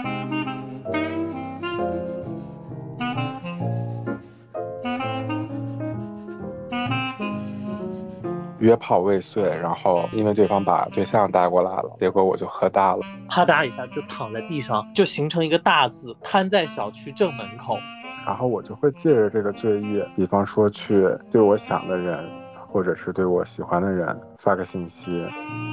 约炮未遂，然后因为对方把对象带过来了，结果我就喝大了， 啪嗒一下就躺在地上，就形成一个大字，瘫在小区正门口。 然后我就会借着这个醉意，比方说去对我想的人，或者是对我喜欢的人发个信息。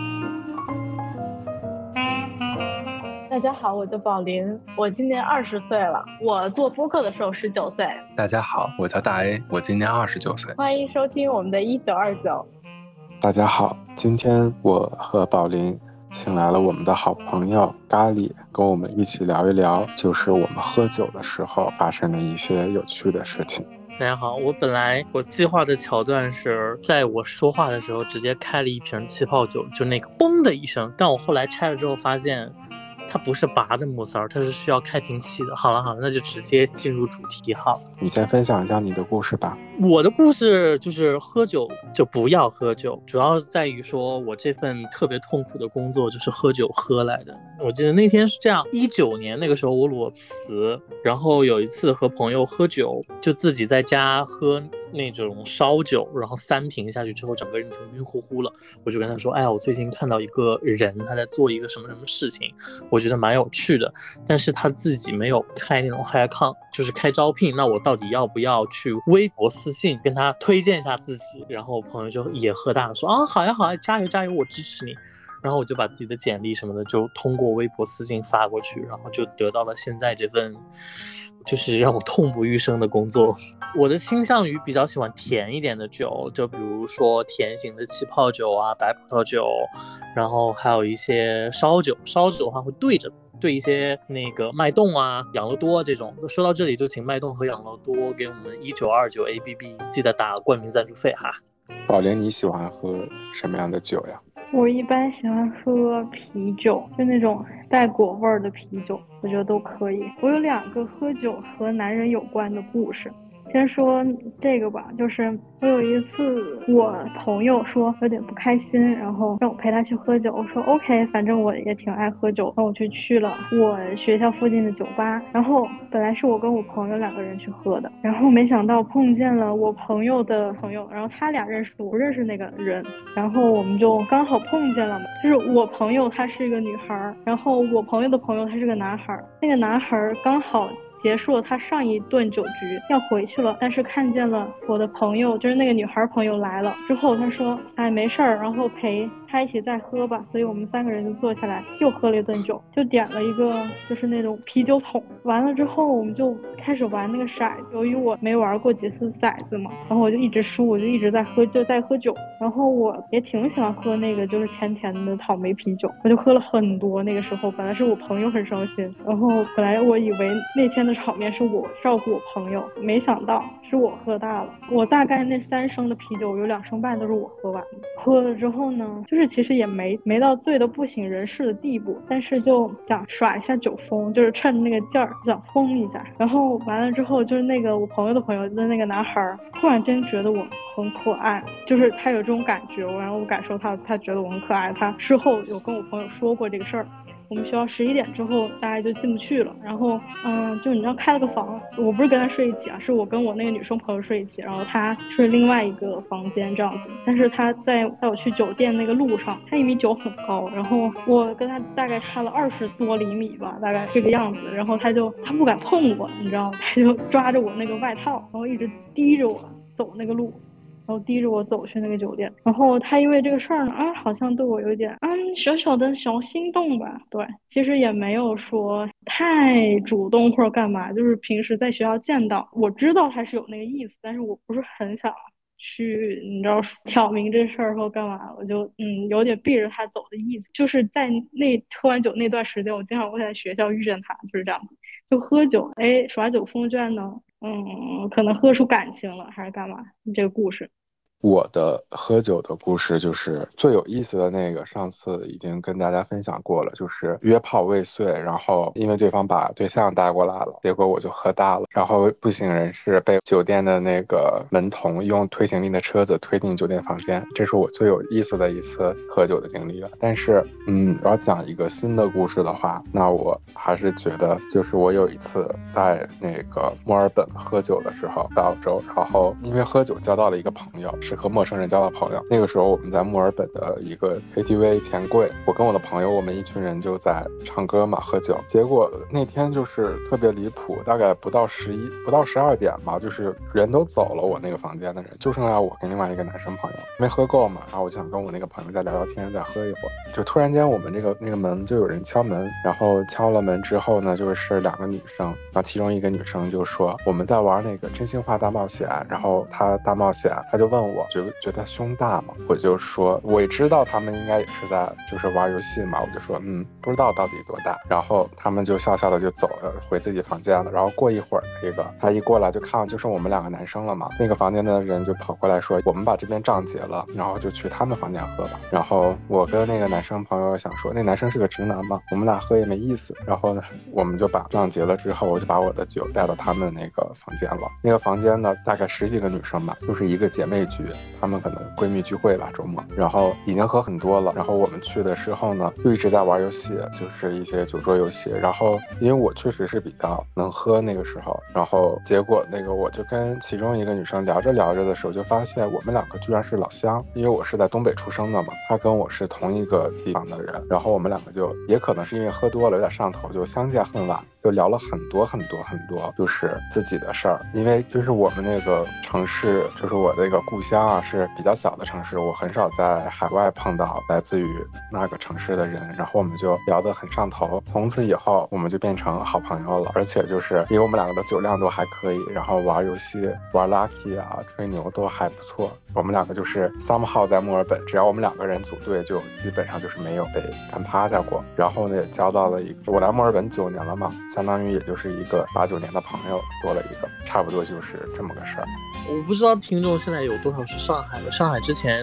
大家好，我叫宝林，我今年20岁了。我做播客的时候19岁。 大家好，我叫大 A， 我今年29岁。 欢迎收听我们的1929。 大家好，今天我和宝林请来了我们的好朋友咖喱，跟我们一起聊一聊，就是我们喝酒的时候发生的一些有趣的事情。 大家好，我计划的桥段是在我说话的时候直接开了一瓶气泡酒，就那个嘣的一声，但我后来拆了之后发现它不是拔的木塞儿，它是需要开瓶器的。好了，那就直接进入主题好了。 你先分享一下你的故事吧。 我的故事就是喝酒就不要喝酒，主要在于说我这份特别痛苦的工作就是喝酒喝来的。我记得那天是这样，19年那个时候我裸辞，然后有一次和朋友喝酒，就自己在家喝那种烧酒，然后3瓶下去之后整个人就晕乎乎了。我就跟他说，哎呀，我最近看到一个人他在做一个什么什么事情，我觉得蛮有趣的，但是他自己没有开那种 HireCon， 就是开招聘，那我到底要不要去微博私信跟他推荐一下自己？然后我朋友就也喝大了说，啊，好呀好呀，加油加油，我支持你。然后我就把自己的简历什么的就通过微博私信发过去，然后就得到了现在这份就是让我痛不欲生的工作。我的倾向于比较喜欢甜一点的酒，就比如说甜型的气泡酒啊、白葡萄酒，然后还有一些烧酒。烧酒的话会对一些那个脉动啊、养乐多这种。说到这里，就请脉动和养乐多给我们1929 ABB 记得打冠名赞助费哈。 宝莲，你喜欢喝什么样的酒呀？ 我一般喜欢喝啤酒，就那种带果味儿的啤酒，我觉得都可以。我有2个喝酒和男人有关的故事。先说这个吧，就是我有一次我朋友说有点不开心，然后让我陪他去喝酒，我说 OK， 反正我也挺爱喝酒，然后我就去了我学校附近的酒吧，然后本来是我跟我朋友2个人去喝的，然后没想到碰见了我朋友的朋友，然后他俩认识我不认识那个人，然后我们就刚好碰见了嘛。就是我朋友她是一个女孩，然后我朋友的朋友他是个男孩，那个男孩刚好结束了他上一顿酒局要回去了，但是看见了我的朋友，就是那个女孩朋友来了之后，他说哎没事儿，然后陪他一起再喝吧，所以我们3个人就坐下来又喝了一顿酒，就点了一个就是那种啤酒桶，完了之后我们就开始玩那个骰子，由于我没玩过几次骰子嘛，然后我就一直输，我就一直在喝酒，然后我也挺喜欢喝那个就是甜甜的草莓啤酒，我就喝了很多。那个时候本来是我朋友很伤心，然后本来我以为那天的场面是我照顾我朋友，没想到是我喝大了。我大概那3升的啤酒有2升半都是我喝完的。喝了之后呢，就是其实也没到醉得不省人事的地步，但是就想耍一下酒疯，就是趁那个劲儿想疯一下。然后完了之后，就是那个我朋友的朋友的那个男孩突然间觉得我很可爱，就是他有这种感觉，然后我感受他觉得我很可爱。他事后有跟我朋友说过这个事儿。我们学校11点之后大家就进不去了，然后就你知道开了个房，我不是跟他睡一起啊，是我跟我那个女生朋友睡一起，然后他睡另外一个房间这样子。但是他在我去酒店那个路上，他1.9米很高，然后我跟他大概差了20多厘米吧，大概这个样子。然后他不敢碰我，你知道，他就抓着我那个外套，然后一直低着我走那个路。然后低着我走去那个酒店，然后他因为这个事儿呢，好像对我有点小小的小心动吧。对，其实也没有说太主动或者干嘛，就是平时在学校见到，我知道他是有那个意思，但是我不是很想去，你知道挑明这事儿或干嘛，我就有点避着他走的意思。就是在那喝完酒那段时间，我经常会在学校遇见他，就是这样子，就喝酒，耍酒疯居然能可能喝出感情了，还是干嘛？这个故事。 我的喝酒的故事就是最有意思的那个，上次已经跟大家分享过了，就是约炮未遂，然后因为对方把对象带过来了，结果我就喝大了，然后不省人事，被酒店的那个门童用推行李的车子推进酒店房间，这是我最有意思的一次喝酒的经历了。但是我要讲一个新的故事的话，那我还是觉得就是我有一次在那个墨尔本喝酒的时候，在澳洲，然后因为喝酒交到了一个朋友，是和陌生人交到朋友。那个时候我们在墨尔本的一个 KTV 钱柜，我跟我的朋友，我们一群人就在唱歌嘛，喝酒。结果那天就是特别离谱，大概不到12点吧，就是人都走了，我那个房间的人就剩下我跟另外一个男生朋友，没喝够嘛，然后我就想跟我那个朋友再聊聊天，再喝一会儿。就突然间我们那个门就有人敲门，然后敲了门之后呢，就是2个女生，然后其中一个女生就说我们在玩那个真心话大冒险，然后她大冒险，她就问我觉得胸大吗？我就说我也知道他们应该也是在就是玩游戏嘛，我就说不知道到底多大。然后他们就笑笑的就走了，回自己房间了。然后过一会儿，那个他一过来就看就剩我们2个男生了嘛，那个房间的人就跑过来说我们把这边账结了，然后就去他们房间喝吧。然后我跟那个男生朋友想说，那男生是个直男嘛，我们俩喝也没意思。然后呢，我们就把账结了之后，我就把我的酒带到他们那个房间了。那个房间呢，大概10几个女生吧，就是一个姐妹局，她们可能闺蜜聚会吧，周末。然后已经喝很多了，然后我们去的时候呢，就一直在玩游戏，就是一些酒桌游戏。然后因为我确实是比较能喝那个时候，然后结果那个我就跟其中一个女生聊着聊着的时候，就发现我们2个居然是老乡，因为我是在东北出生的嘛，她跟我是同一个地方的人。然后我们2个就也可能是因为喝多了有点上头，就相见恨晚，就聊了很多，就是自己的事儿。因为就是我们那个城市，就是我那个故乡啊，是比较小的城市，我很少在海外碰到来自于那个城市的人，然后我们就聊得很上头。从此以后我们就变成好朋友了，而且就是因为我们2个的酒量都还可以，然后玩游戏玩 Lucky 啊吹牛都还不错。我们2个就是 somehow 在墨尔本，只要我们2个人组队，就基本上就是没有被干趴下过。然后呢，也交到了一个，我来墨尔本9年了嘛，相当于也就是一个8、9年的朋友多了一个，差不多就是这么个事儿。 我不知道听众现在有多少是上海的。上海之前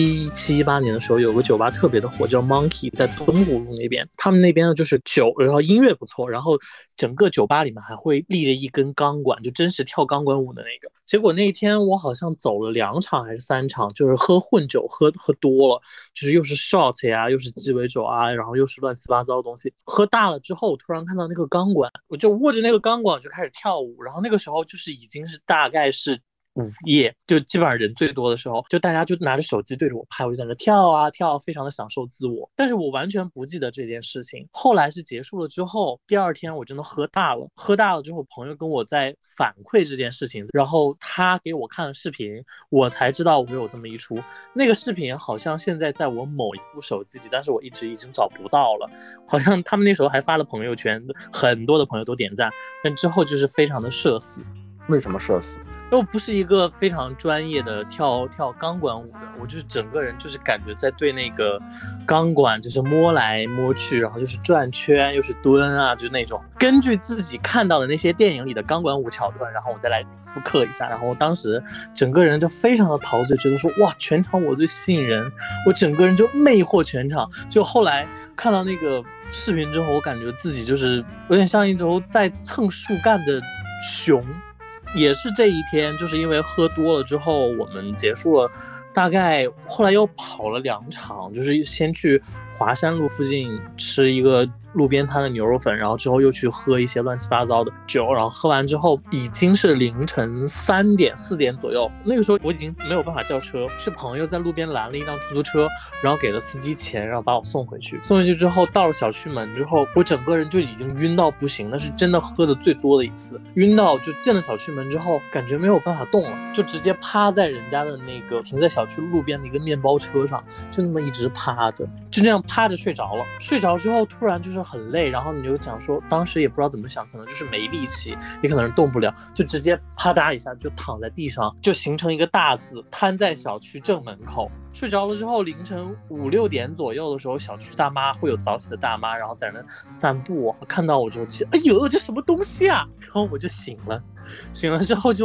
17、18年的时候，有个酒吧特别的火，叫 Monkey， 在东湖路那边。他们那边呢就是酒，然后音乐不错，然后整个酒吧里面还会立着一根钢管，就真实跳钢管舞的那个。结果那一天我好像走了2场还是3场，就是喝混酒，喝多了，就是又是 shot 呀，又是鸡尾酒啊，然后又是乱七八糟的东西。喝大了之后，突然看到那个钢管，我就握着那个钢管就开始跳舞。然后那个时候就是已经是大概是午夜，就基本上人最多的时候，就大家就拿着手机对着我拍，我就在那跳啊跳，非常的享受自我。但是我完全不记得这件事情。后来是结束了之后，第2天我真的喝大了之后，朋友跟我在反馈这件事情，然后他给我看了视频，我才知道我有这么一出。那个视频好像现在在我某一部手机里，但是我一直已经找不到了。好像他们那时候还发了朋友圈，很多的朋友都点赞，但之后就是非常的社死。 为什么社死？ 因为我不是一个非常专业的跳钢管舞的，我就是整个人就是感觉在对那个钢管就是摸来摸去，然后就是转圈又是蹲啊，就是那种根据自己看到的那些电影里的钢管舞桥段，然后我再来复刻一下。然后当时整个人就非常的陶醉，觉得说哇，全场我最吸引人，我整个人就魅惑全场。就后来看到那个视频之后，我感觉自己就是有点像一头在蹭树干的熊。也是这一天，就是因为喝多了之后，我们结束了，大概后来又跑了2场，就是先去华山路附近吃一个路边摊的牛肉粉，然后之后又去喝一些乱七八糟的酒，然后喝完之后已经是凌晨3点4点左右。那个时候我已经没有办法叫车，是朋友在路边拦了一辆出租车，然后给了司机钱，然后把我送回去。送回去之后，到了小区门之后，我整个人就已经晕到不行，那是真的喝的最多的一次。晕到就进了小区门之后，感觉没有办法动了，就直接趴在人家的那个停在小区路边的一个面包车上，就那么一直趴着，就这样趴着睡着了。睡着之后突然就是很累，然后你就想说，当时也不知道怎么想，可能就是没力气，也可能是动不了，就直接啪嗒一下就躺在地上，就形成一个大字，瘫在小区正门口。睡着了之后，凌晨5、6点左右的时候，小区大妈会有早起的大妈，然后在那散步，看到我之后就哎呦这什么东西啊，然后我就醒了之后就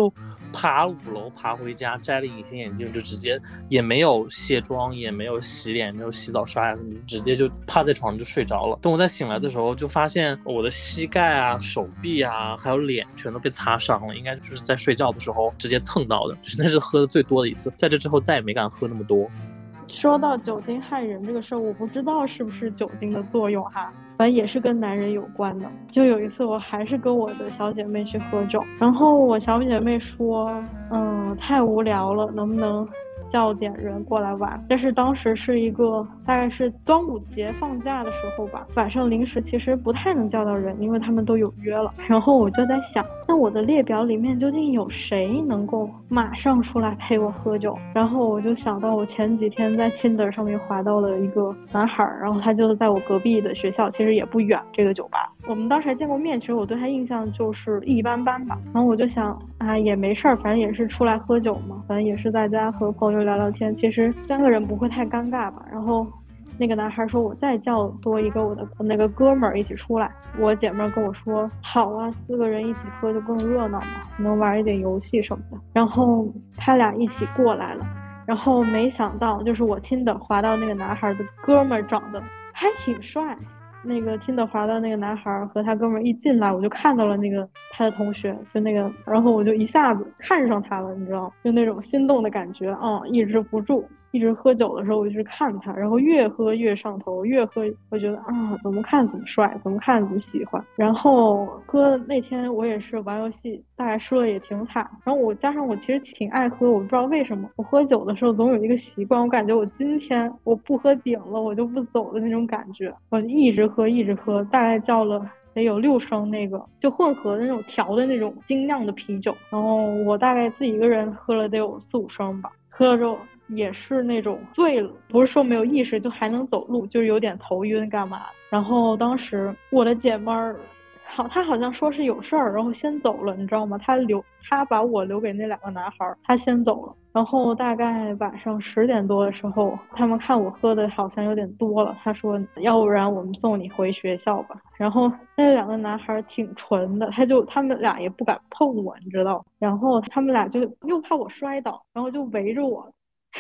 爬5楼爬回家，摘了隐形眼镜，就直接也没有卸妆，也没有洗脸，没有洗澡刷牙什么，直接就趴在床上就睡着了。等我再醒来的时候，就发现我的膝盖啊、手臂啊，还有脸全都被擦伤了，应该就是在睡觉的时候直接蹭到的，那是喝的最多的一次。在这之后再也没敢喝那么多。 说到酒精害人这个事儿，我不知道是不是酒精的作用哈，反正也是跟男人有关的。就有一次我还是跟我的小姐妹去喝酒，然后我小姐妹说太无聊了，能不能叫点人过来玩。但是当时是一个大概是端午节放假的时候吧，晚上临时其实不太能叫到人，因为他们都有约了。然后我就在想，那我的列表里面究竟有谁能够马上出来陪我喝酒？然后我就想到我前几天在 Tinder 上面滑到了一个男孩，然后他就在我隔壁的学校，其实也不远这个酒吧。我们当时还见过面，其实我对他印象就是一般般吧。然后我就想啊，也没事儿，反正也是出来喝酒嘛，反正也是大家和朋友聊聊天，其实3个人不会太尴尬吧。然后那个男孩说我再叫多一个我的那个哥们儿一起出来。我姐妹跟我说好啊，4个人一起喝就更热闹嘛，能玩一点游戏什么的。然后他俩一起过来了，然后没想到就是我听的滑到那个男孩的哥们儿长得还挺帅。那个听的滑的那个男孩和他哥们一进来，我就看到了那个他的同学，就那个，然后我就一下子看上他了，你知道，就那种心动的感觉啊，抑制不住。一直喝酒的时候我就去看他，然后越喝越上头，越喝我觉得啊，怎么看怎么帅，怎么看怎么喜欢。然后喝那天我也是玩游戏，大概输的也挺惨。然后我加上我其实挺爱喝，我不知道为什么我喝酒的时候总有一个习惯，我感觉我今天我不喝顶了我就不走的那种感觉，我就一直喝一直喝，大概叫了得有6升那个就混合的那种调的那种精酿的啤酒，然后我大概自己一个人喝了得有4、5升吧。喝了之后也是那种醉了，不是说没有意识，就还能走路，就是有点头晕干嘛。然后当时我的姐妹儿他好像说是有事儿，然后先走了，你知道吗？他把我留给那2个男孩，他先走了。然后大概晚上10点多的时候，他们看我喝的好像有点多了，他说要不然我们送你回学校吧。然后那2个男孩挺纯的，他们俩也不敢碰我，你知道。然后他们俩就又怕我摔倒，然后就围着我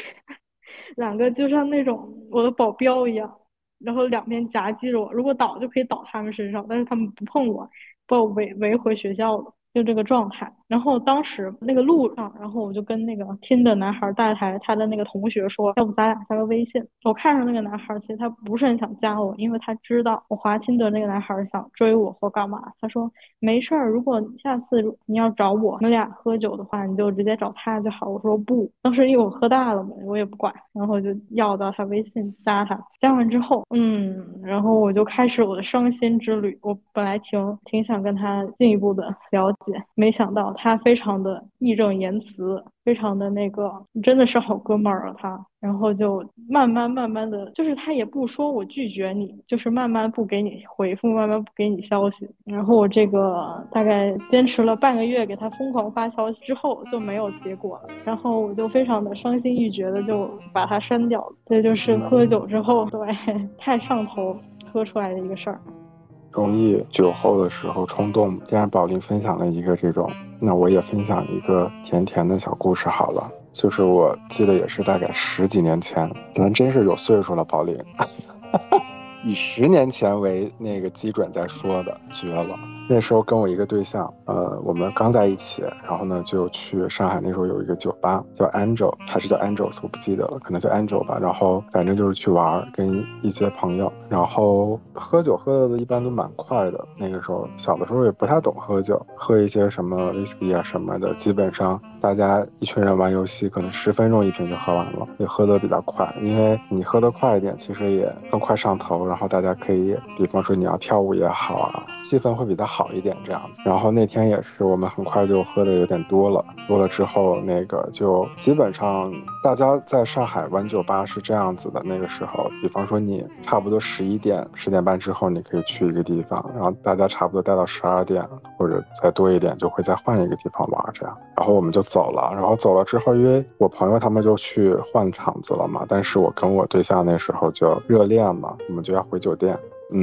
2个就像那种我的保镖一样，然后2边夹击着我，如果倒就可以倒他们身上，但是他们不碰我，把我围回学校了，就这个状态。然后当时那个路上，然后我就跟那个听的男孩大台他的那个同学说，要不咱俩加个微信。我看上那个男孩，其实他不是很想加我，因为他知道我滑听的那个男孩想追我或干嘛。他说没事儿，如果下次你要找我们俩喝酒的话，你就直接找他就好。我说不，当时因为我喝大了嘛，我也不管，然后就要到他微信加他，加完之后然后我就开始我的伤心之旅。我本来挺想跟他进一步的了解，没想到他非常的义正言辞，非常的那个真的是好哥们儿啊他。然后就慢慢的，就是他也不说我拒绝你，就是慢慢不给你回复，慢慢不给你消息。然后我这个大概坚持了半个月给他疯狂发消息之后就没有结果了，然后我就非常的伤心欲绝的就把他删掉了。这就是喝酒之后对太上头喝出来的一个事儿。 容易酒后的时候冲动。既然宝林分享了一个这种，那我也分享一个甜甜的小故事好了。就是我记得也是大概10几年前，咱真是有岁数了，宝林。以10年前为那个基准在说的，绝了。那时候跟我一个对象，我们刚在一起，然后呢就去上海，那时候有一个酒吧叫 Angel， 还是叫 Angels， 我不记得了，可能叫 Angel 吧。然后反正就是去玩，跟一些朋友，然后喝酒喝的一般都蛮快的。那个时候小的时候也不太懂喝酒，喝一些什么 whisky 啊什么的，基本上大家一群人玩游戏，可能10分钟1瓶就喝完了，也喝得比较快。因为你喝得快一点，其实也更快上头，然后大家可以，比方说你要跳舞也好啊，气氛会比较好一点这样子。然后那天也是我们很快就喝的有点多了之后，那个就基本上大家在上海玩酒吧是这样子的。那个时候比方说你差不多11点10点半之后你可以去一个地方，然后大家差不多待到12点或者再多一点就会再换一个地方玩这样。然后我们就走了，然后走了之后，因为我朋友他们就去换场子了嘛，但是我跟我对象那时候就热恋嘛，我们就要回酒店。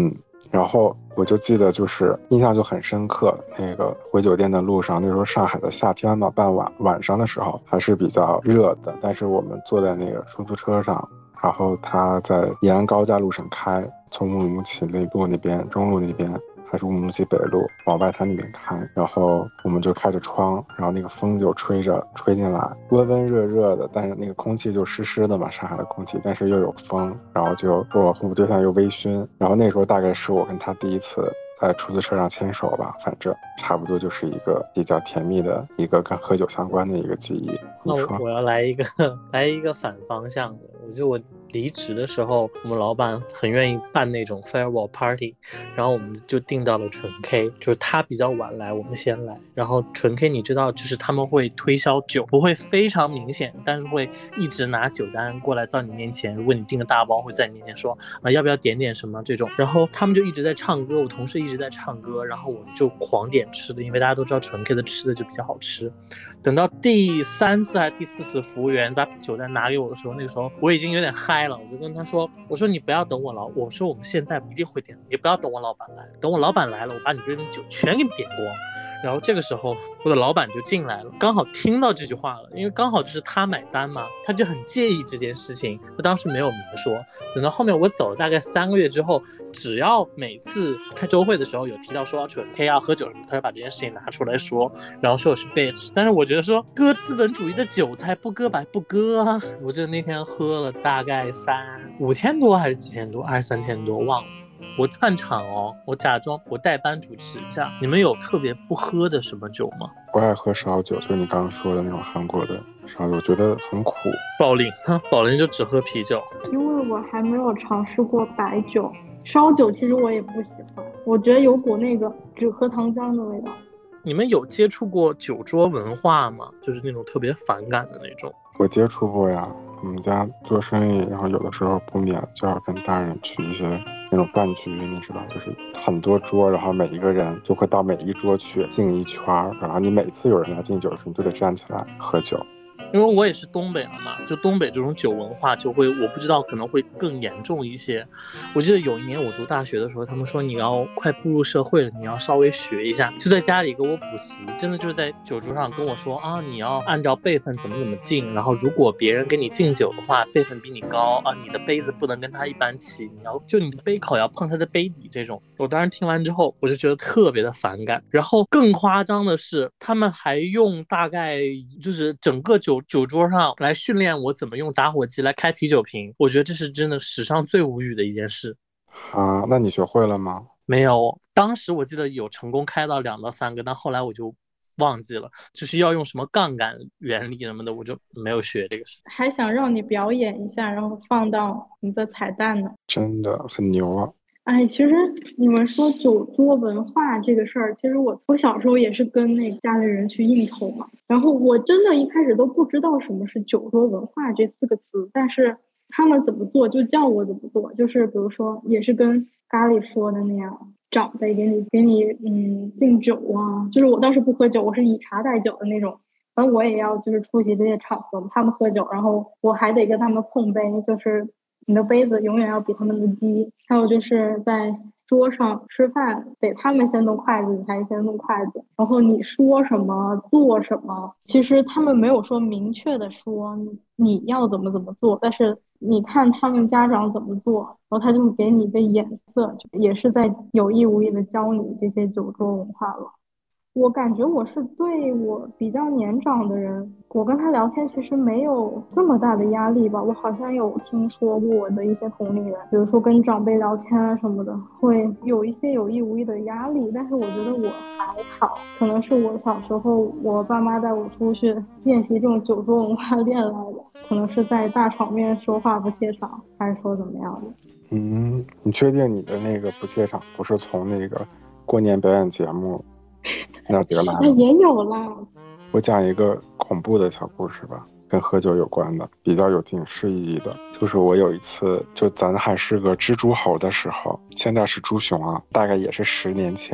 然后我就记得就是印象就很深刻，那个回酒店的路上，那时候上海的夏天嘛，晚上的时候还是比较热的，但是我们坐在那个出租车上，然后它在延安高架路上开，从乌鲁木齐内陆那边、中路那边还是乌鲁木齐北路往外滩那边开，然后我们就开着窗，然后那个风就吹进来，温温热热的，但是那个空气就湿湿的嘛，上海的空气，但是又有风，然后就我和我对象又微醺，然后那时候大概是我跟他第一次在出租车上牵手吧，反正差不多就是一个比较甜蜜的一个跟喝酒相关的一个记忆。 那我要来一个反方向的，我觉得我离职的时候，我们老板很愿意办那种 farewell party， 然后我们就订到了纯 K， 就是他比较晚来，我们先来。然后纯 K 你知道，就是他们会推销酒，不会非常明显，但是会一直拿酒单过来到你面前。如果你订个大包，会在你面前说要不要点点什么这种。然后他们就一直在唱歌，我同事一直在唱歌，然后我们就狂点吃的，因为大家都知道纯 K 的吃的就比较好吃。等到第3次还是第4次服务员把酒单拿给我的时候，那个时候我已经有点嗨了，我就跟他说，我说你不要等我说我们现在一定会点，你不要等我老板来，等我老板来了，我把你这边酒全给你点光。然后这个时候我的老板就进来了，刚好听到这句话了，因为刚好就是他买单嘛，他就很介意这件事情，他当时没有明说。等到后面我走了大概3个月之后，只要每次开周会的时候有提到说要纯 K 要喝酒什么，他就把这件事情拿出来说，然后说我是 bitch。 但是我觉得说割资本主义的韭菜不割白不割啊。我记得那天喝了大概5千多还是几千多还是3千多忘了，我串场哦，我假装我代班主持一下。你们有特别不喝的什么酒吗？ 我爱喝烧酒，就是你刚刚说的那种韩国的烧酒，我觉得很苦。 宝林就只喝啤酒， 因为我还没有尝试过白酒，烧酒其实我也不喜欢，我觉得有股那个只喝糖浆的味道。 你们有接触过酒桌文化吗？就是那种特别反感的那种。 我接触过呀，我们家做生意，然后有的时候不免就要跟大人去一些那种饭局，你知道，就是很多桌，然后每一个人就会到每一桌去敬一圈，然后你每次有人来敬酒的时候，你都得站起来喝酒。 因为我也是东北了嘛，就东北这种酒文化就会，我不知道可能会更严重一些。我记得有一年我读大学的时候，他们说你要快步入社会了，你要稍微学一下，就在家里给我补习，真的就是在酒桌上跟我说啊，你要按照辈分怎么敬，然后如果别人给你敬酒的话，辈分比你高啊，你的杯子不能跟他一般齐，你的杯口要碰他的杯底这种。我当时听完之后，我就觉得特别的反感。然后更夸张的是，他们还用大概就是整个酒桌上来训练我怎么用打火机来开啤酒瓶，我觉得这是真的史上最无语的一件事啊。那你学会了吗？ 没有，当时我记得有成功开到2到3个，但后来我就忘记了，就是要用什么杠杆原理什么的，我就没有学这个事。 还想让你表演一下，然后放到你的彩蛋呢， 真的很牛啊。 哎，其实你们说酒桌文化这个事儿，其实我小时候也是跟那个家里人去应酬嘛，然后我真的一开始都不知道什么是酒桌文化这4个字，但是他们怎么做就叫我怎么做，就是比如说也是跟咖喱说的那样，长辈给你敬酒啊，就是我当时不喝酒，我是以茶代酒的那种，反正我也要就是出席这些场合，他们喝酒，然后我还得跟他们碰杯，就是你的杯子永远要比他们的低。还有就是在桌上吃饭，得他们先动筷子，你才先动筷子。然后你说什么做什么，其实他们没有说明确的说你要怎么做，但是你看他们家长怎么做，然后他就给你一个眼色，也是在有意无意的教你这些酒桌文化了。我感觉我是对我比较年长的人，我跟他聊天其实没有这么大的压力吧。我好像有听说过我的一些同龄人，比如说跟长辈聊天啊什么的，会有一些有意无意的压力，但是我觉得我还好，可能是我小时候我爸妈带我出去练习这种酒桌文化练来的，可能是在大场面说话不怯场，还是说怎么样的。 你确定你的那个不怯场不是从那个过年表演节目那得来的？ 也有啦。 我讲一个恐怖的小故事吧，跟喝酒有关的，比较有警示意义的。就是我有一次，就咱还是个蜘蛛猴的时候，现在是猪熊啊，大概也是10年前。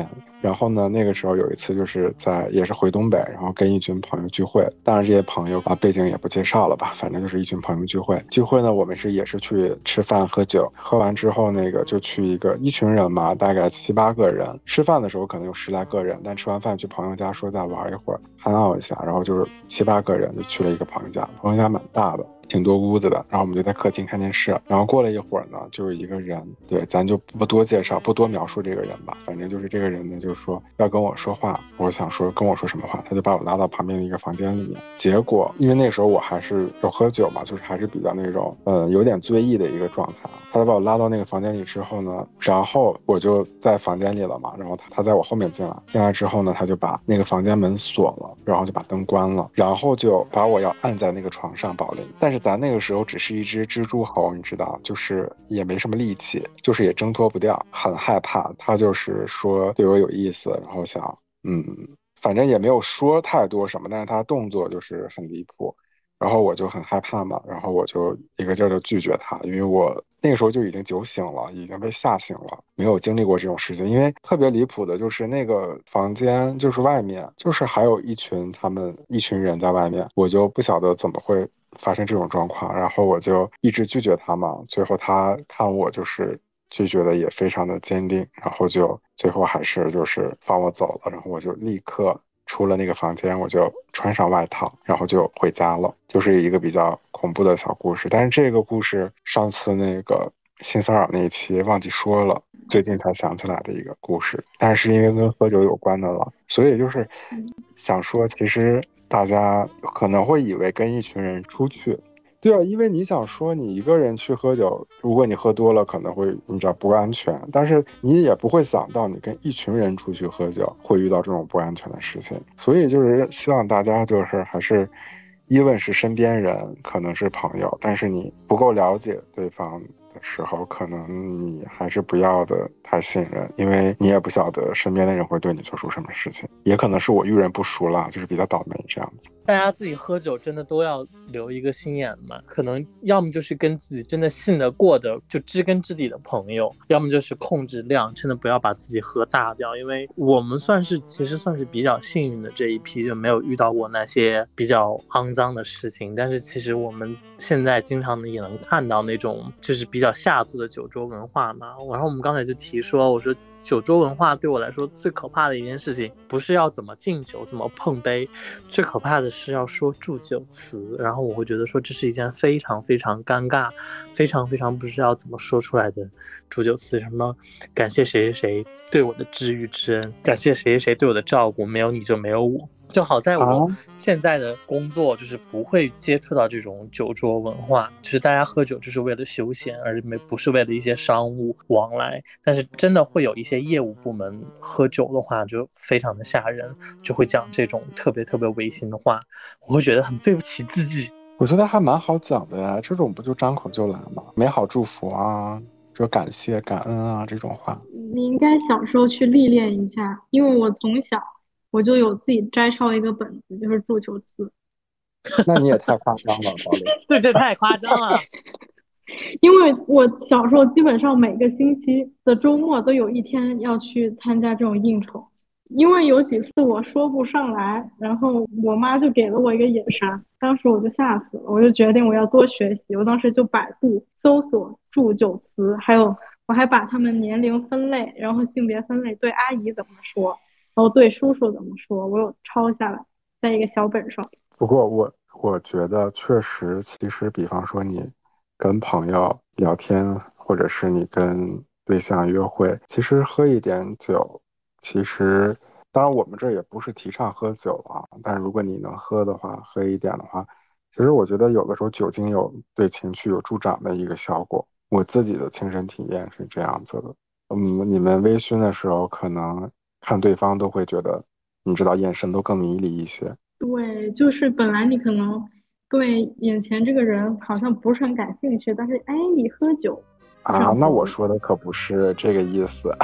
然后呢，那个时候有一次就是也是回东北，然后跟一群朋友聚会，当然这些朋友背景也不介绍了吧，反正就是一群朋友聚会。聚会呢，我们也是去吃饭喝酒，喝完之后就去一群人嘛，大概7、8个人。吃饭的时候可能有10来个人，但吃完饭去朋友家说再玩一会儿，hang out一下，然后就是7、8个人就去了一个朋友家，朋友家蛮大的，挺多屋子的，然后我们就在客厅看电视。然后过了一会儿呢，就是一个人，对，咱就不多介绍，不多描述这个人吧，反正就是这个人呢，就是说要跟我说话。我想说跟我说什么话，他就把我拉到旁边的一个房间里面。结果因为那时候我还是有喝酒嘛，就是还是比较那种有点醉意的一个状态。他就把我拉到那个房间里之后呢，然后我就在房间里了嘛，然后他在我后面进来之后呢，他就把那个房间门锁了，然后就把灯关了，然后就把我要按在那个床上，宝林。但是咱那个时候只是一只蜘蛛猴，你知道，就是也没什么力气，就是也挣脱不掉，很害怕。他就是说对我有意思，然后想反正也没有说太多什么，但是他动作就是很离谱。然后我就很害怕嘛，然后我就一个劲儿就拒绝他，因为我那个时候就已经酒醒了，已经被吓醒了，没有经历过这种事情。因为特别离谱的就是那个房间就是外面就是还有一群人在外面，我就不晓得怎么会发生这种状况，然后我就一直拒绝他嘛。最后他看我就是拒绝的也非常的坚定，然后就最后还是就是放我走了，然后我就立刻出了那个房间，我就穿上外套，然后就回家了。就是一个比较恐怖的小故事，但是这个故事上次那个性骚扰那一期忘记说了，最近才想起来的一个故事，但是因为跟喝酒有关的了，所以就是想说，其实大家可能会以为跟一群人出去。对啊，因为你想说你一个人去喝酒，如果你喝多了可能会你知道不安全，但是你也不会想到你跟一群人出去喝酒会遇到这种不安全的事情。所以就是希望大家就是还是一问是身边人，可能是朋友，但是你不够了解对方的时候，可能你还是不要的太信任，因为你也不晓得身边的人会对你做出什么事情，也可能是我遇人不淑啦，就是比较倒霉这样子。 大家自己喝酒真的都要留一个心眼嘛，可能要么就是跟自己真的信得过的就知根知底的朋友，要么就是控制量，真的不要把自己喝大掉。因为我们其实算是比较幸运的这一批，就没有遇到过那些比较肮脏的事情，但是其实我们现在经常也能看到那种就是比较下作的酒桌文化嘛。然后我们刚才就提说，我说酒桌文化对我来说最可怕的一件事情，不是要怎么敬酒怎么碰杯，最可怕的是要说祝酒词。然后我会觉得说这是一件非常非常尴尬，非常非常不知道怎么说出来的祝酒词，什么感谢谁谁谁对我的知遇之恩，感谢谁谁谁对我的照顾，没有你就没有我。就好在我现在的工作就是不会接触到这种酒桌文化，就是大家喝酒就是为了休闲，而不是为了一些商务往来。但是真的会有一些业务部门喝酒的话就非常的吓人，就会讲这种特别特别违心的话，我会觉得很对不起自己。 我觉得还蛮好讲的呀，这种不就张口就来吗？美好祝福啊，说感谢感恩啊，这种话你应该小时候去历练一下，因为我从小我就有自己摘抄一个本子，就是祝酒词。 那你也太夸张了，宝玲。 对，这太夸张了。 因为我小时候基本上每个星期的周末都有一天要去参加这种应酬，因为有几次我说不上来，然后我妈就给了我一个眼神，当时我就吓死了，我就决定我要多学习。我当时就百度搜索祝酒词，还有我还把他们年龄分类，然后性别分类，对阿姨怎么说，然后对叔叔怎么说，我有抄下来在一个小本上。 不过我觉得确实，其实比方说你跟朋友聊天，或者是你跟对象约会，其实喝一点酒，其实当然我们这也不是提倡喝酒啊，但是如果你能喝的话，喝一点的话，其实我觉得有的时候酒精有对情绪有助长的一个效果，我自己的亲身体验是这样子的。你们微醺的时候，可能看对方都会觉得，你知道，眼神都更迷离一些。 对，就是本来你可能对眼前这个人好像不是很感兴趣，但是哎，你喝酒啊，那我说的可不是这个意思。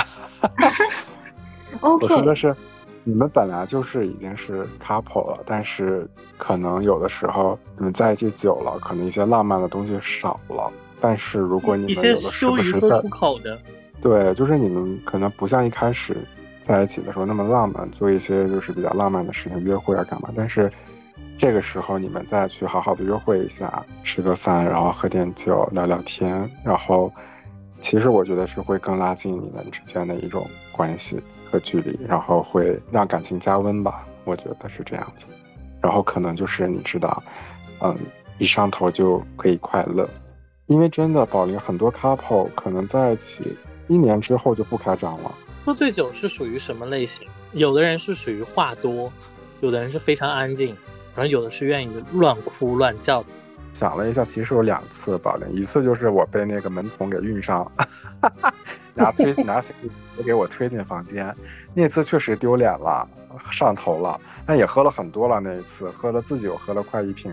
OK， 我说的是，你们本来就是已经是 couple 了，但是可能有的时候你们在一起久了，可能一些浪漫的东西少了。但是如果你们有的时不是在， 出口的， 对，就是你们可能不像一开始在一起的时候那么浪漫，做一些就是比较浪漫的事情，约会啊干嘛。但是这个时候你们再去好好的约会一下，吃个饭，然后喝点酒，聊聊天，然后其实我觉得是会更拉近你们之间的一种关系和距离，然后会让感情加温吧，我觉得是这样子。然后可能就是你知道，一上头就可以快乐，因为真的宝林很多 couple 可能在一起1年之后就不开张了。 喝醉酒是属于什么类型？有的人是属于话多，有的人是非常安静，然后有的是愿意乱哭乱叫的。 想了一下，其实有2次宝林，一次就是我被那个门童给运上，拿行李给我推进房间，那次确实丢脸了，上头了，但也喝了很多了。那一次喝了自己，我喝了快一瓶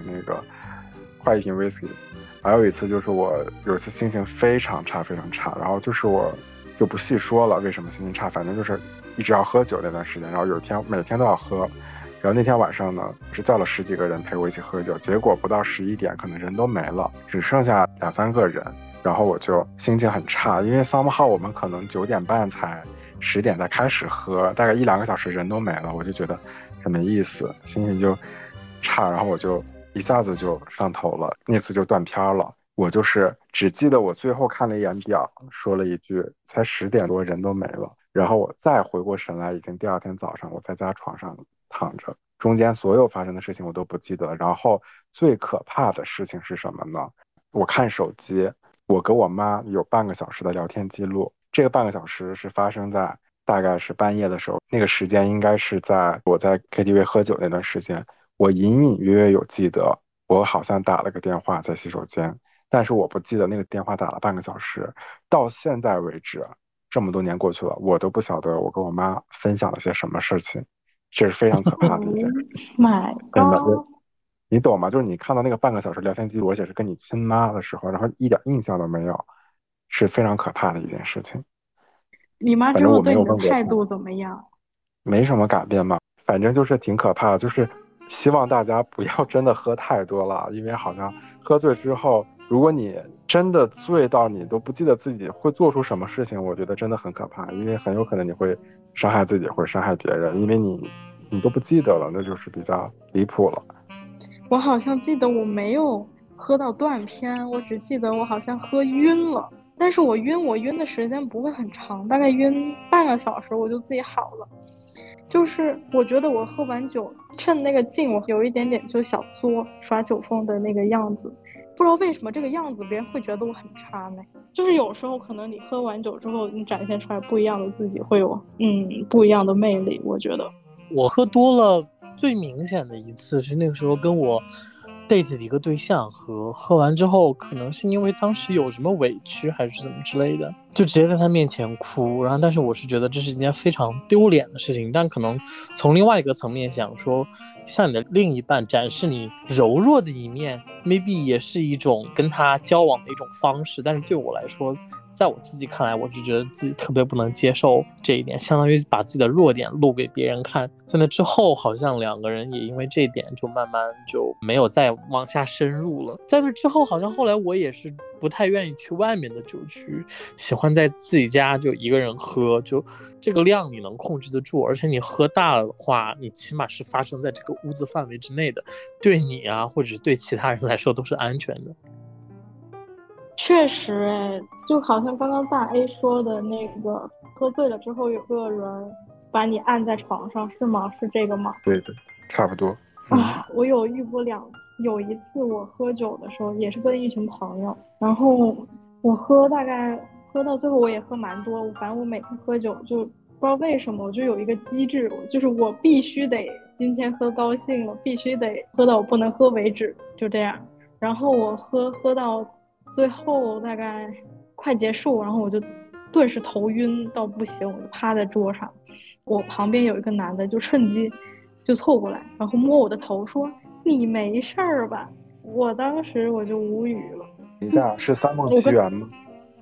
whisky。还有一次就是我有一次心情非常差，然后就是我就不细说了为什么心情差，反正就是一直要喝酒那段时间，然后有一天每天都要喝。然后那天晚上呢，是叫了10几个人陪我一起喝酒，结果不到11点，可能人都没了，只剩下2、3个人。然后我就心情很差，因为 somehow 我们可能9点半才10点才开始喝，大概1、2个小时人都没了，我就觉得很没意思，心情就差，然后我就一下子就上头了，那次就断片了。我就是只记得我最后看了一眼表，说了一句才10点多人都没了，然后我再回过神来，已经第2天早上我在家床上躺着，中间所有发生的事情我都不记得。然后最可怕的事情是什么呢？我看手机，我跟我妈有半个小时的聊天记录，这个半个小时是发生在大概是半夜的时候，那个时间应该是在我在 KTV 喝酒那段时间，我隐隐约约有记得我好像打了个电话在洗手间，但是我不记得那个电话打了半个小时。到现在为止，这么多年过去了，我都不晓得我跟我妈分享了些什么事情，这是非常可怕的一件事。 My 真的， God， 你懂吗？就是你看到那个半个小时聊天记录，而且是跟你亲妈的时候，然后一点印象都没有，是非常可怕的一件事情。 你妈反正我没之后对你的有问过她， 态度怎么样？ 没什么改变嘛，反正就是挺可怕的，就是希望大家不要真的喝太多了，因为好像喝醉之后，如果你真的醉到你都不记得自己会做出什么事情，我觉得真的很可怕，因为很有可能你会伤害自己或者伤害别人，因为你都不记得了，那就是比较离谱了。 我好像记得我没有喝到断片，我只记得我好像喝晕了，但是我晕的时间不会很长，大概晕半个小时我就自己好了。就是我觉得我喝完酒，趁那个劲，我有一点点就小作耍酒疯的那个样子，不知道为什么这个样子别人会觉得我很差呢？就是有时候可能你喝完酒之后，你展现出来不一样的自己，会有不一样的魅力。我觉得我喝多了最明显的一次是那个时候跟我 date 的一个对象喝完之后，可能是因为当时有什么委屈还是怎么之类的，就直接在他面前哭。然后但是我是觉得这是一件非常丢脸的事情，但可能从另外一个层面想说，向你的另一半展示你柔弱的一面 maybe 也是一种跟他交往的一种方式。但是对我来说，在我自己看来，我是觉得自己特别不能接受这一点，相当于把自己的弱点露给别人看。在那之后，好像2个人也因为这一点就慢慢就没有再往下深入了。在那之后，好像后来我也是不太愿意去外面的酒局，喜欢在自己家就一个人喝，就这个量你能控制得住，而且你喝大了的话，你起码是发生在这个屋子范围之内的，对你啊或者对其他人来说都是安全的。 确实，就好像刚刚大 A 说的那个，喝醉了之后有个人把你按在床上，是吗？是这个吗？ 对的，差不多。 我有遇过2次，有一次我喝酒的时候也是跟一群朋友，然后我大概喝到最后我也喝蛮多，反正我每次喝酒就不知道为什么我就有一个机制，就是我必须得今天喝高兴了，必须得喝到我不能喝为止，就这样。然后我喝到最后大概快结束，然后我就顿时头晕到不行，我就趴在桌上。我旁边有一个男的就趁机就凑过来，然后摸我的头说：“你没事儿吧？”我当时我就无语了。 等一下，是三梦奇缘吗？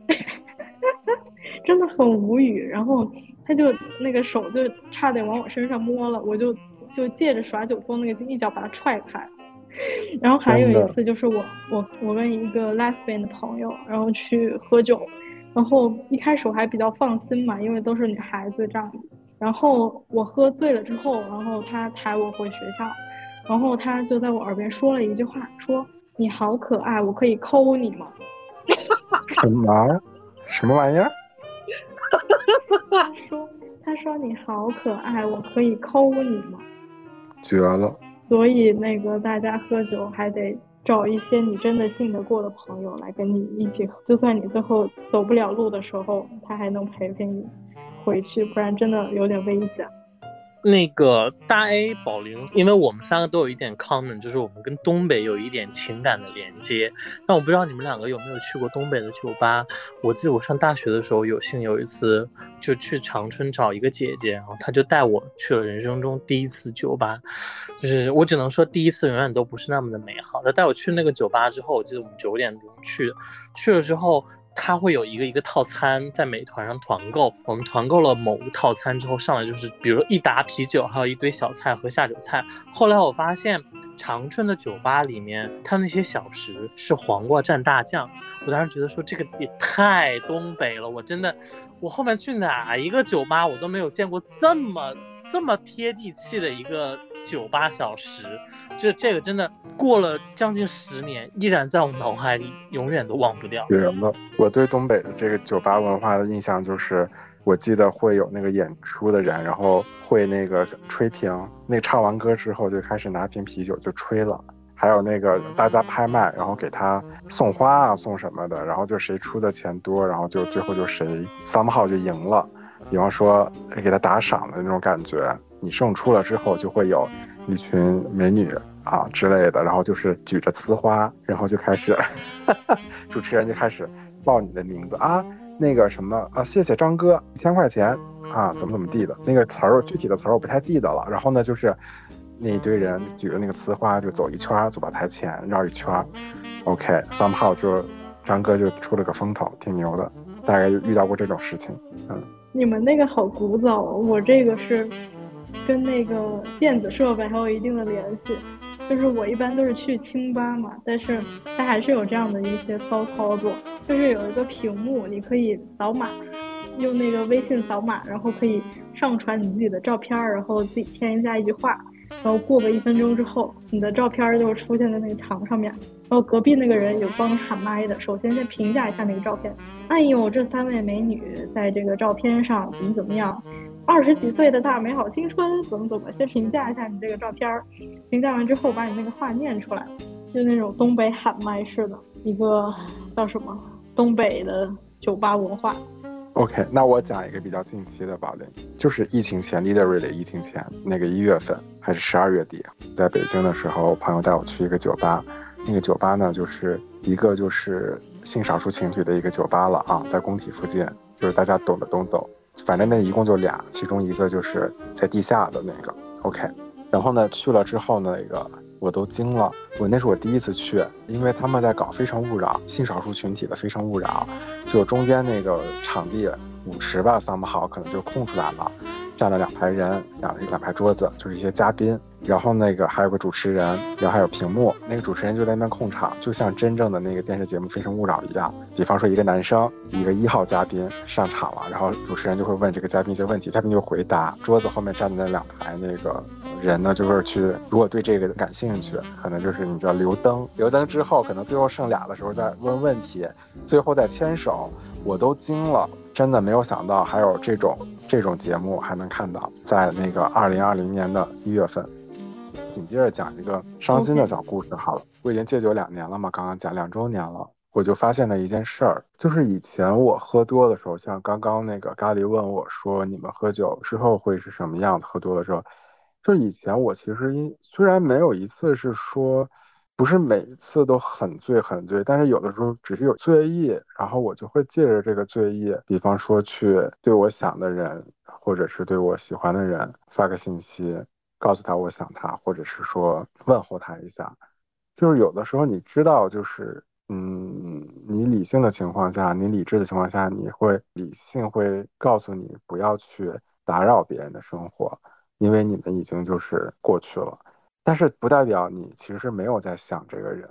真的很无语。然后他就那个手就差点往我身上摸了，我就借着耍酒疯那个一脚把他踹开。然后还有一次就是我跟一个 lesbian 的朋友，然后去喝酒，然后一开始我还比较放心嘛，因为都是女孩子这样子。 然后我喝醉了之后，然后他抬我回学校，然后他就在我耳边说了一句话，说你好可爱，我可以抠你吗？ 什么玩意儿？ 他说你好可爱，我可以抠你吗？ 绝了！ 所以那个大家喝酒还得找一些你真的信得过的朋友来跟你一起喝，就算你最后走不了路的时候，他还能陪陪你回去，不然真的有点危险。 那个大 A 宝玲，因为我们三个都有一点 common，就是我们跟东北有一点情感的连接。但我不知道你们两个有没有去过东北的酒吧。我记得我上大学的时候，有幸有一次就去长春找一个姐姐，然后她就带我去了人生中第一次酒吧。就是我只能说第一次永远都不是那么的美好。她带我去那个酒吧之后，我记得我们9点钟去的，去了之后它会有一个套餐在美团上团购，我们团购了某个套餐之后，上来就是比如说一打啤酒，还有一堆小菜和下酒菜。后来我发现长春的酒吧里面，它那些小食是黄瓜蘸大酱，我当时觉得说这个也太东北了，我后面去哪一个酒吧我都没有见过这么贴地气的一个酒吧小食。这个真的过了将近10年，依然在我脑海里，永远都忘不掉。 绝了！我对东北的这个酒吧文化的印象就是，我记得会有那个演出的人，然后会那个吹瓶，那唱完歌之后就开始拿瓶啤酒就吹了，还有那个大家拍卖，然后给他送花啊送什么的，然后就谁出的钱多，然后就最后就谁somehow就赢了，比方说给他打赏的那种感觉。你胜出了之后，就会有一群美女啊之类的，然后就是举着呲花，然后就开始主持人就开始报你的名字啊，那个什么啊，谢谢张哥1000块钱啊，怎么地的，那个词儿具体的词儿我不太记得了。然后呢，就是那一堆人举着那个呲花就走一圈，走到台前绕一圈 ，OK，somehow 就张哥就出了个风头，挺牛的。大概遇到过这种事情。 你们那个好古早，我这个是跟那个电子设备还有一定的联系，就是我一般都是去清吧嘛，但是它还是有这样的一些骚操作，就是有一个屏幕，你可以扫码，用那个微信扫码，然后可以上传你自己的照片，然后自己添加一句话，然后过个1分钟之后，你的照片就出现在那个墙上面，然后隔壁那个人有帮你喊麦的，首先先评价一下那个照片，哎呦，这3位美女在这个照片上怎么样，20几岁的大美好青春怎么，先评价一下你这个照片，评价完之后把你那个话念出来，就那种东北喊麦式的一个叫什么东北的酒吧文化。 OK， 那我讲一个比较近期的吧，就是疫情前 literally 疫情前那个1月份还是12月底，在北京的时候，朋友带我去一个酒吧，那个酒吧呢就是一个就是性少数群体的一个酒吧了啊，在工体附近，就是大家懂的都懂，反正那一共就俩，其中一个就是在地下的那个 OK， 然后呢去了之后呢，那个我都惊了，那是我第一次去，因为他们在搞非诚勿扰，性少数群体的非诚勿扰，就中间那个场地舞池吧，somehow可能就空出来了，站了2排人，两排桌子，就是一些嘉宾，然后那个还有个主持人，然后还有屏幕，那个主持人就在那边控场，就像真正的那个电视节目《非诚勿扰》一样。比方说一个男生，一个1号嘉宾上场了，然后主持人就会问这个嘉宾一些问题，嘉宾就回答，桌子后面站的那2排那个人呢，就是去如果对这个感兴趣，可能就是你知道留灯之后，可能最后剩俩的时候再问问题，最后再牵手，我都惊了。真的没有想到还有这种节目还能看到，在那个2020年的1月份。紧接着讲一个伤心的小故事好了，我已经戒酒2年了嘛，刚刚讲2周年了，我就发现了一件事儿，就是以前我喝多的时候，像刚刚那个咖喱问我说你们喝酒之后会是什么样子，喝多的时候，就是以前我其实虽然没有一次是说不是每一次都很醉，但是有的时候只是有醉意，然后我就会借着这个醉意，比方说去对我想的人，或者是对我喜欢的人发个信息，告诉他我想他，或者是说问候他一下。就是有的时候你知道，就是你理性的情况下，你理智的情况下，理性会告诉你不要去打扰别人的生活，因为你们已经就是过去了。但是不代表你其实是没有在想这个人，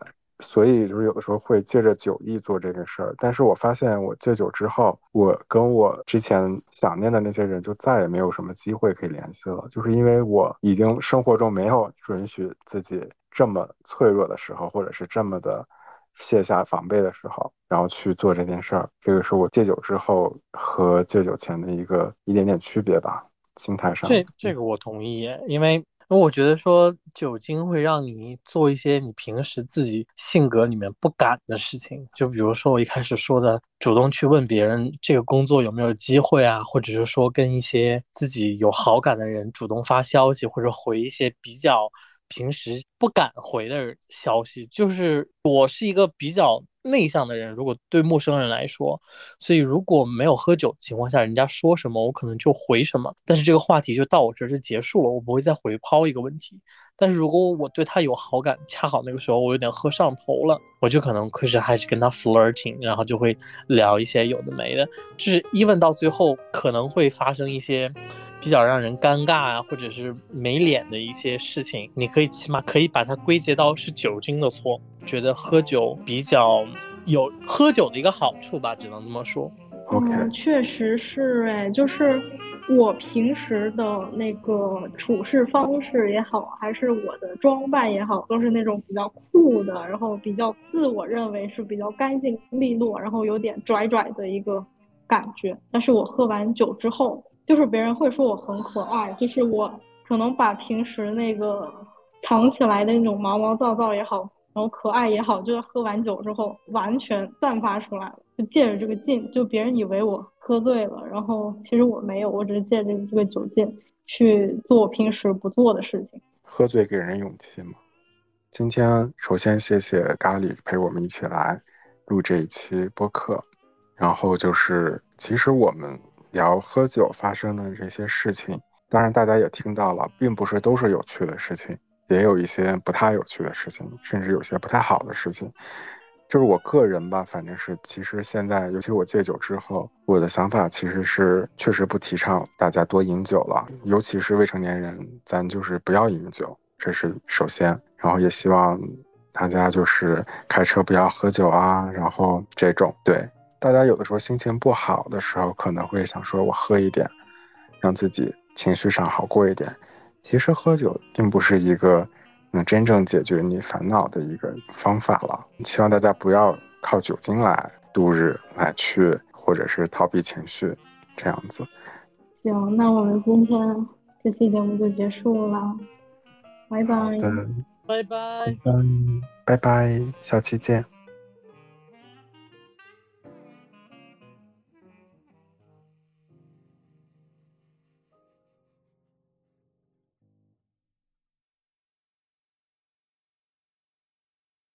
所以就是有的时候会借着酒意做这个事儿。但是我发现我戒酒之后，我跟我之前想念的那些人就再也没有什么机会可以联系了，就是因为我已经生活中没有允许自己这么脆弱的时候，或者是这么的卸下防备的时候，然后去做这件事儿。这个是我戒酒之后和戒酒前的一点点区别吧，心态上。 这个我同意耶，因为我觉得说酒精会让你做一些你平时自己性格里面不敢的事情，就比如说我一开始说的，主动去问别人这个工作有没有机会啊，或者是说跟一些自己有好感的人主动发消息，或者回一些比较平时不敢回的消息。就是我是一个比较内向的人，如果对陌生人来说，所以如果没有喝酒的情况下，人家说什么我可能就回什么，但是这个话题就到我这儿就结束了，我不会再回抛一个问题。但是如果我对他有好感，恰好那个时候我有点喝上头了，我就可能还是跟他 flirting， 然后就会聊一些有的没的，就是 even 到最后可能会发生一些比较让人尴尬啊，或者是没脸的一些事情，你起码可以把它归结到是酒精的错。觉得喝酒比较有喝酒的一个好处吧，只能这么说。 OK， 确实是哎，就是我平时的那个处事方式也好，还是我的装扮也好，都是那种比较酷的，然后比较自我认为是比较干净利落，然后有点拽拽的一个感觉。但是我喝完酒之后，就是别人会说我很可爱，就是我可能把平时那个藏起来的那种毛毛躁躁也好，然后可爱也好，就是喝完酒之后完全散发出来了。就借着这个劲，就别人以为我喝醉了，然后其实我没有，我只是借着这个酒劲去做我平时不做的事情。 喝醉给人勇气吗？今天首先谢谢咖喱陪我们一起来录这一期播客，然后就是其实我们聊喝酒发生的这些事情，当然大家也听到了，并不是都是有趣的事情，也有一些不太有趣的事情，甚至有些不太好的事情。就是我个人吧，反正是其实现在，尤其我戒酒之后，我的想法其实是确实不提倡大家多饮酒了，尤其是未成年人，咱就是不要饮酒，这是首先。然后也希望大家就是开车不要喝酒啊，然后这种，对，大家有的时候心情不好的时候，可能会想说我喝一点，让自己情绪上好过一点。其实喝酒并不是一个能真正解决你烦恼的一个方法了。希望大家不要靠酒精来度日，来去或者是逃避情绪，这样子。 行，那我们今天这期节目就结束了，拜拜。 好的， 拜拜。 拜拜，下期见。